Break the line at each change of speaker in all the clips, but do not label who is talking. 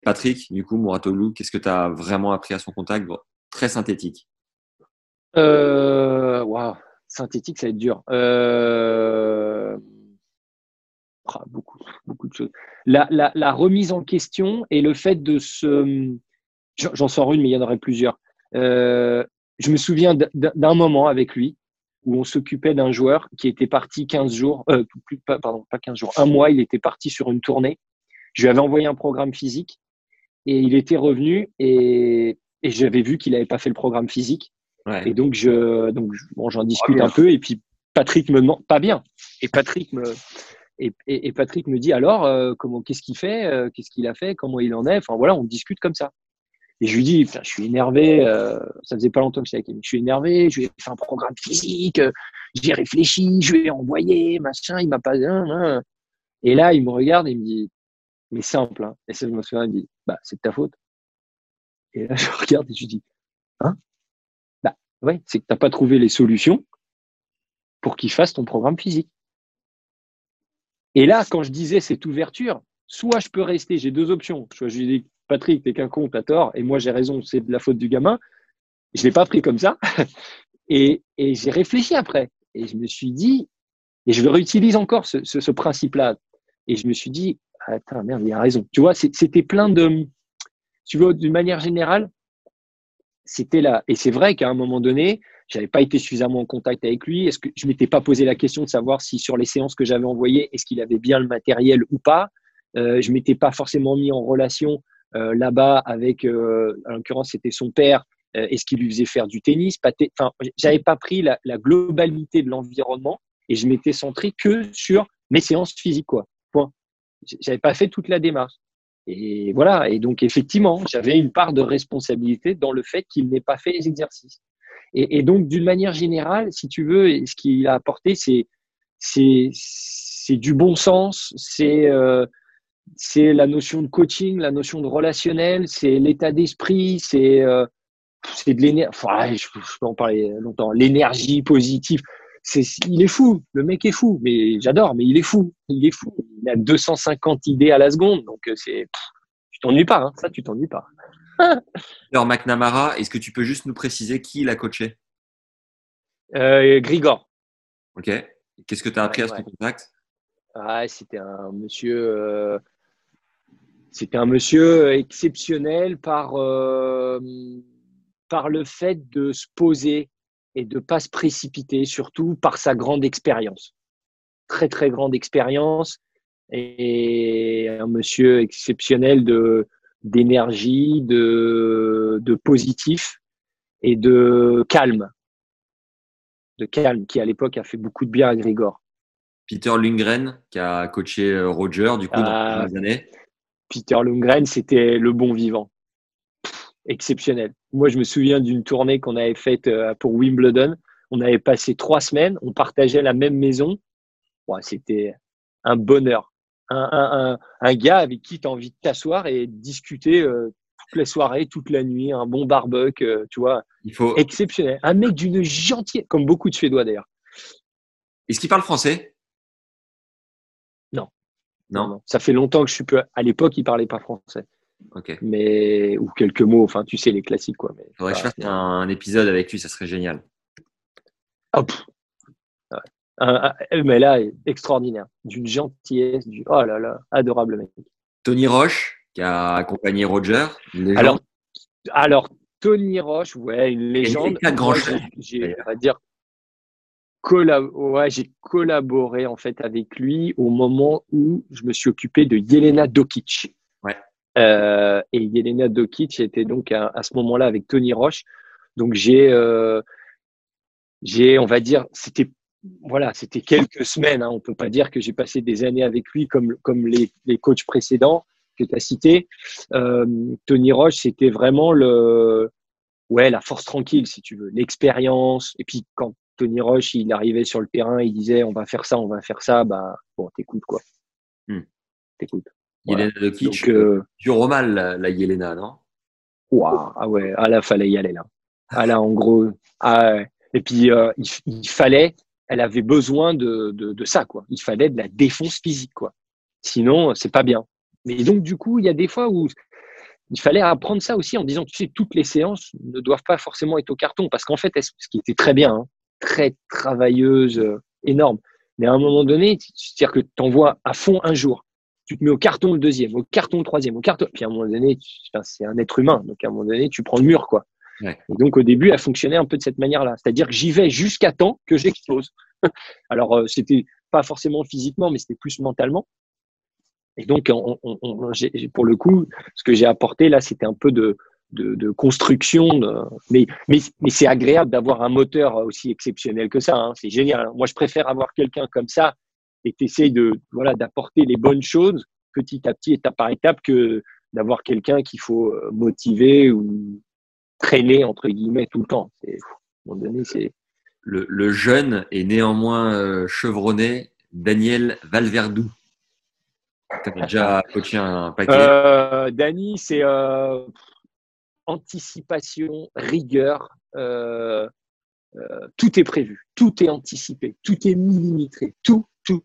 Patrick, du coup, Mouratoglou, qu'est-ce que tu as vraiment appris à son contact? Bon, très synthétique.
Waouh, synthétique, ça va être dur. Beaucoup, beaucoup de choses. La remise en question et le fait de se. J'en sors une, mais il y en aurait plusieurs. Je me souviens d'un moment avec lui où on s'occupait d'un joueur qui était parti 15 jours, pardon, pas 15 jours, un mois, il était parti sur une tournée. Je lui avais envoyé un programme physique et il était revenu et j'avais vu qu'il n'avait pas fait le programme physique. Et
Ouais.
bon, j'en
Pas
discute
bien.
un peu et puis Patrick me demande, pas bien. Et Patrick me dit alors, qu'est-ce qu'il fait, qu'est-ce qu'il a fait, comment il en est. Enfin voilà, on discute comme ça. Et je lui dis, je suis énervé, ça faisait pas longtemps que j'étais avec lui. Je suis énervé, je lui ai fait un programme physique, j'ai réfléchi, je lui ai envoyé, machin, il m'a pas. Et là, il me regarde et il me dit, mais simple, hein. Et ça, je me souviens, il me dit, bah, c'est de ta faute. Et là, je regarde et je lui dis, hein? Bah, ouais, c'est que t'as pas trouvé les solutions pour qu'il fasse ton programme physique. Et là, quand je disais cette ouverture, soit je peux rester, j'ai deux options. Soit je lui dis, Patrick, t'es qu'un con, t'as tort, et moi j'ai raison, c'est de la faute du gamin. Je l'ai pas pris comme ça. Et j'ai réfléchi après. Et je me suis dit, et je le réutilise encore, ce principe-là. Et je me suis dit, attends, merde, il a raison. Tu vois, c'était plein de, tu vois, d'une manière générale, c'était là. Et c'est vrai qu'à un moment donné, j'avais pas été suffisamment en contact avec lui. Est-ce que je m'étais pas posé la question de savoir si sur les séances que j'avais envoyées, est-ce qu'il avait bien le matériel ou pas. Je m'étais pas forcément mis en relation là-bas avec, en l'occurrence, c'était son père. Est-ce qu'il lui faisait faire du tennis? Enfin, j'avais pas pris la globalité de l'environnement et je m'étais centré que sur mes séances physiques, quoi. Point. J'avais pas fait toute la démarche. Et voilà. Et donc, effectivement, j'avais une part de responsabilité dans le fait qu'il n'ait pas fait les exercices. Et donc, d'une manière générale, si tu veux, ce qu'il a apporté, c'est du bon sens, c'est la notion de coaching, la notion de relationnel, c'est l'état d'esprit, c'est de l'énergie. Enfin, je peux en parler longtemps. L'énergie positive. Il est fou. Le mec est fou. Mais j'adore. Mais il est fou. Il est fou. Il a 250 idées à la seconde. Donc tu t'ennuies pas. Hein. Ça, tu t'ennuies pas.
Alors, McNamara, est-ce que tu peux juste nous préciser qui l'a coaché?
Grigor.
Ok. Qu'est-ce que tu as appris à son
Ouais.
contact?
Ah, c'était un monsieur exceptionnel par le fait de se poser et de pas se précipiter, surtout par sa grande expérience. Très, très grande expérience et un monsieur exceptionnel d'énergie, de positif et de calme, qui à l'époque a fait beaucoup de bien à Grigor.
Peter Lundgren, qui a coaché Roger, du coup, dans les
Euh,
dernières années.
Peter Lundgren, c'était le bon vivant. Exceptionnel. Moi, je me souviens d'une tournée qu'on avait faite pour Wimbledon. On avait passé 3 semaines, on partageait la même maison. Ouais, c'était un bonheur. Un gars avec qui tu as envie de t'asseoir et de discuter toute la soirée, toute la nuit, un bon barbecue, tu vois,
Il faut.
exceptionnel. Un mec d'une gentillesse, comme beaucoup de Suédois d'ailleurs.
Est-ce qu'il parle français?
Non, non,
Non?
non. Ça fait longtemps que je suis peu. À l'époque, il parlait pas français,
Ok.
mais ou quelques mots. Enfin, tu sais les classiques quoi. Mais
Faudrait que je
pas.
fasse un épisode avec lui, ça serait génial.
Hop. Ouais. Mais là, extraordinaire. D'une gentillesse, oh là là, adorable mec.
Tony Roche, qui a accompagné Roger, une légende.
Alors, alors Tony Roche, ouais, une
Il a gagné
légende.
4 grands
Moi,
chelems,
on
d'ailleurs.
va dire, ouais, j'ai collaboré en fait avec lui au moment où je me suis occupé de Jelena Dokic.
Ouais.
Et Jelena Dokic était donc à ce moment-là avec Tony Roche. Donc on va dire, c'était quelques semaines. Hein. On peut pas dire que j'ai passé des années avec lui comme les coachs précédents que tu as cités. Tony Roche, c'était vraiment la force tranquille, si tu veux, l'expérience. Et puis quand Tony Roche, il arrivait sur le terrain, il disait on va faire ça, bah bon, t'écoutes quoi,
Hmm.
t'écoutes. Voilà.
Yelena Dokic,
Donc
dur au mal, la Yelena, non?
waouh, ah ouais, ah là fallait y aller là. Ah là en gros, ah ouais. Et puis il fallait, elle avait besoin de ça quoi. Il fallait de la défense physique quoi. Sinon c'est pas bien. Mais donc du coup il y a des fois où il fallait apprendre ça aussi en disant, tu sais, toutes les séances ne doivent pas forcément être au carton parce qu'en fait, ce qui était très bien, hein, très travailleuse, énorme. Mais à un moment donné, c'est-à-dire que tu envoies à fond un jour, tu te mets au carton le deuxième, au carton le troisième, au carton. Puis à un moment donné, c'est un être humain, donc à un moment donné, tu prends le mur, quoi.
Ouais.
Et donc au début, elle fonctionnait un peu de cette manière-là, c'est-à-dire que j'y vais jusqu'à temps que j'explose. Alors c'était pas forcément physiquement, mais c'était plus mentalement. Et donc pour le coup, ce que j'ai apporté là, c'était un peu de construction, mais c'est agréable d'avoir un moteur aussi exceptionnel que ça. Hein. C'est génial. Moi, je préfère avoir quelqu'un comme ça et t'essayes d'apporter les bonnes choses petit à petit, étape par étape, que d'avoir quelqu'un qu'il faut motiver ou traîner entre guillemets tout le temps. À un moment donné, c'est
Le jeune et néanmoins chevronné Daniel Valverdou. Tu as déjà coaché un paquet.
Dany, c'est anticipation, rigueur. Tout est prévu, tout est anticipé, tout est millimétré, tout.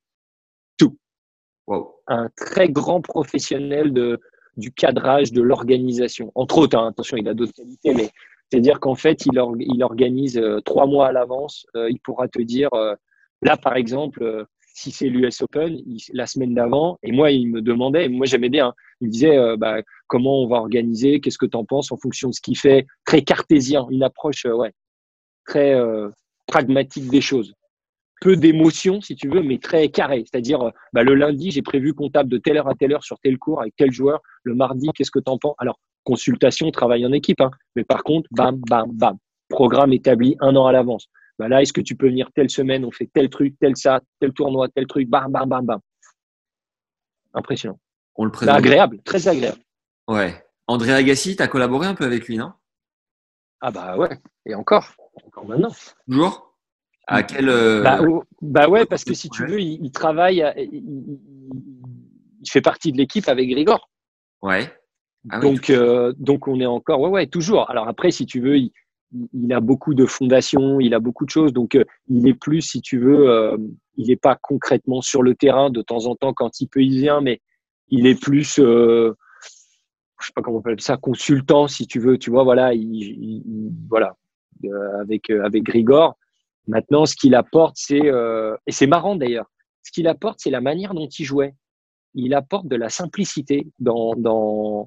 Wow.
Un très grand professionnel du cadrage, de l'organisation. Entre autres, hein, attention, il a d'autres qualités, mais c'est-à-dire qu'en fait, il organise 3 mois à l'avance. Il pourra te dire, là, par exemple, si c'est l'US Open, la semaine d'avant, et moi, il me demandait, moi, j'aimais bien, hein, il me disait, comment on va organiser, qu'est-ce que tu en penses en fonction de ce qu'il fait, très cartésien, une approche très pragmatique des choses. Peu d'émotion, si tu veux, mais très carré. C'est-à-dire, le lundi, j'ai prévu comptable de telle heure à telle heure sur tel cours avec tel joueur. Le mardi, qu'est-ce que tu en penses? Alors, consultation, travail en équipe. Hein. Mais par contre, bam, bam, bam. Programme établi 1 an à l'avance. Là, est-ce que tu peux venir telle semaine? On fait tel truc, tel ça, tel tournoi, tel truc. Bam, bam, bam, bam. Impressionnant.
On le présente.
Agréable, très agréable.
Ouais. André Agassi, tu as collaboré un peu avec lui, non?
Ah ouais. Et encore maintenant.
Toujours? À quel
ouais, parce que si tu veux, il travaille, il fait partie de l'équipe avec Grigor.
Ouais. Ah
donc on est encore, ouais, toujours. Alors après, si tu veux, il a beaucoup de fondations, il a beaucoup de choses, donc il est plus, si tu veux, il n'est pas concrètement sur le terrain de temps en temps quand il peut, il vient, mais il est plus, je sais pas comment on appelle ça, consultant, si tu veux, tu vois, voilà, voilà, avec Grigor. Maintenant, ce qu'il apporte, et c'est marrant d'ailleurs, ce qu'il apporte, c'est la manière dont il jouait. Il apporte de la simplicité dans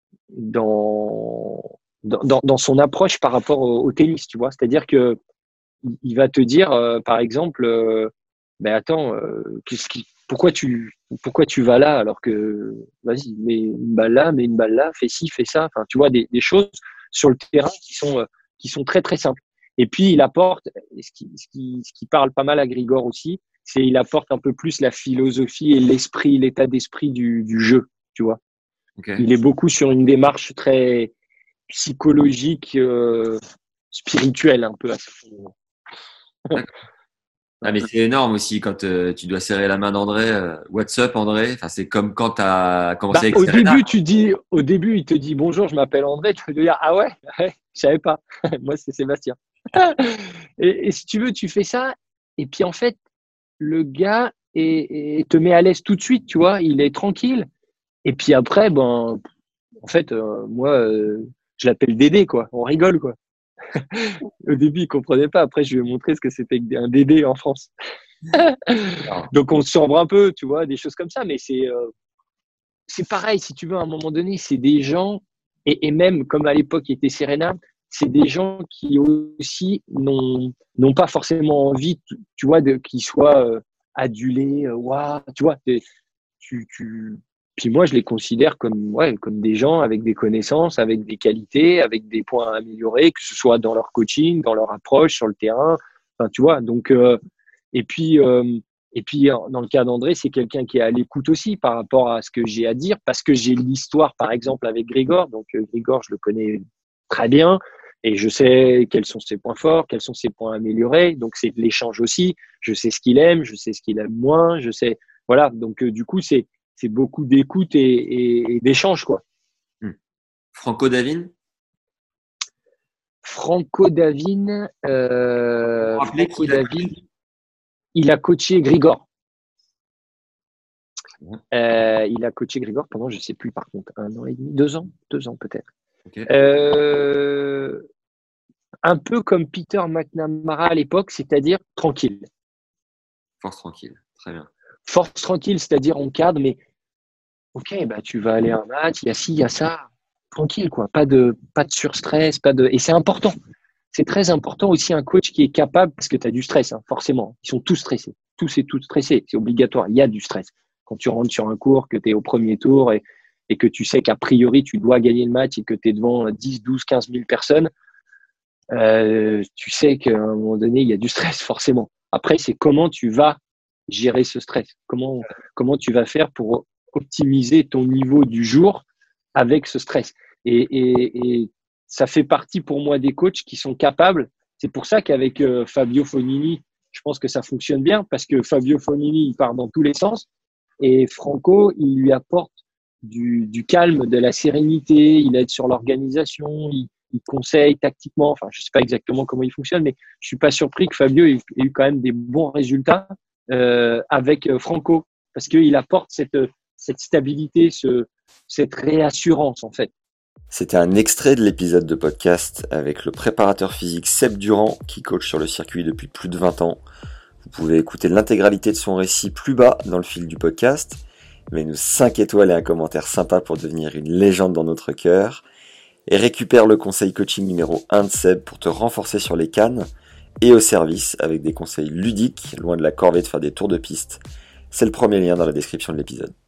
son approche par rapport au tennis, tu vois. C'est-à-dire que il va te dire, par exemple, attends, pourquoi tu vas là alors que, vas-y, mets une balle là, fais ci, fais ça. Enfin, tu vois, des choses sur le terrain qui sont très, très simples. Et puis, il apporte, ce qui parle pas mal à Grigor aussi, c'est il apporte un peu plus la philosophie et l'esprit, l'état d'esprit du jeu, tu vois.
Okay.
Il est beaucoup sur une démarche très psychologique, spirituelle un peu à ce moment.
Ah, mais c'est énorme aussi quand tu dois serrer la main d'André. What's up, André? Enfin, c'est comme quand tu as commencé avec Serena.
Au début, il te dit bonjour, je m'appelle André. Tu peux te dire ah ouais, je savais pas. Moi, c'est Sébastien. et si tu veux, tu fais ça. Et puis en fait, le gars te met à l'aise tout de suite, tu vois. Il est tranquille. Et puis après, en fait, moi, je l'appelle Dédé, quoi. On rigole, quoi. Au début, il comprenait pas. Après, je lui ai montré ce que c'était un Dédé en France. Donc, on se sombre un peu, tu vois, des choses comme ça. Mais c'est pareil, si tu veux, à un moment donné, c'est des gens, et même comme à l'époque, il était Serena, c'est des gens qui aussi n'ont pas forcément envie, tu vois, qu'ils soient adulés. Tu vois, puis moi, je les considère comme des gens avec des connaissances, avec des qualités, avec des points à améliorer, que ce soit dans leur coaching, dans leur approche sur le terrain. Enfin, tu vois. Donc, et puis dans le cas d'André, c'est quelqu'un qui est à l'écoute aussi par rapport à ce que j'ai à dire, parce que j'ai l'histoire, par exemple, avec Grigor. Donc, Grigor, je le connais très bien. Et je sais quels sont ses points forts, quels sont ses points améliorés. Donc, c'est de l'échange aussi. Je sais ce qu'il aime, je sais ce qu'il aime moins. Je sais, voilà. Donc, du coup, c'est beaucoup d'écoute et d'échange, quoi.
Franco Davin?
Franco Davin, il a coaché Grigor.
Ouais.
Il a coaché Grigor pendant, je sais plus par contre, 1 an et demi, 2 ans peut-être.
Ok.
Un peu comme Peter McNamara à l'époque, c'est-à-dire tranquille.
Force tranquille. Très bien.
Force tranquille, c'est-à-dire on cadre, mais ok, bah tu vas aller à un match, il y a ci, il y a ça, tranquille quoi, pas de surstress, et c'est important. C'est très important aussi un coach qui est capable, parce que tu as du stress, hein, forcément. Ils sont tous stressés, tous et toutes stressés, c'est obligatoire. Il y a du stress quand tu rentres sur un cours, que tu es au premier tour et que tu sais qu'a priori tu dois gagner le match et que tu es devant 10, 12, 15 000 personnes. Tu sais qu'à un moment donné, il y a du stress forcément. Après, c'est comment tu vas gérer ce stress, comment tu vas faire pour optimiser ton niveau du jour avec ce stress. Et ça fait partie pour moi des coachs qui sont capables. C'est pour ça qu'avec Fabio Fognini, je pense que ça fonctionne bien parce que Fabio Fognini, il part dans tous les sens et Franco, il lui apporte du calme, de la sérénité, il aide sur l'organisation, il conseille tactiquement. Enfin, je sais pas exactement comment il fonctionne, mais je suis pas surpris que Fabio ait eu quand même des bons résultats avec Franco parce qu'il apporte cette stabilité, cette réassurance en fait.
C'était un extrait de l'épisode de podcast avec le préparateur physique Seb Durand qui coach sur le circuit depuis plus de 20 ans. Vous pouvez écouter l'intégralité de son récit plus bas dans le fil du podcast. Mets-nous 5 étoiles et un commentaire sympa pour devenir une légende dans notre cœur. Et récupère le conseil coaching numéro 1 de Seb pour te renforcer sur les cannes et au service avec des conseils ludiques, loin de la corvée de faire des tours de piste. C'est le premier lien dans la description de l'épisode.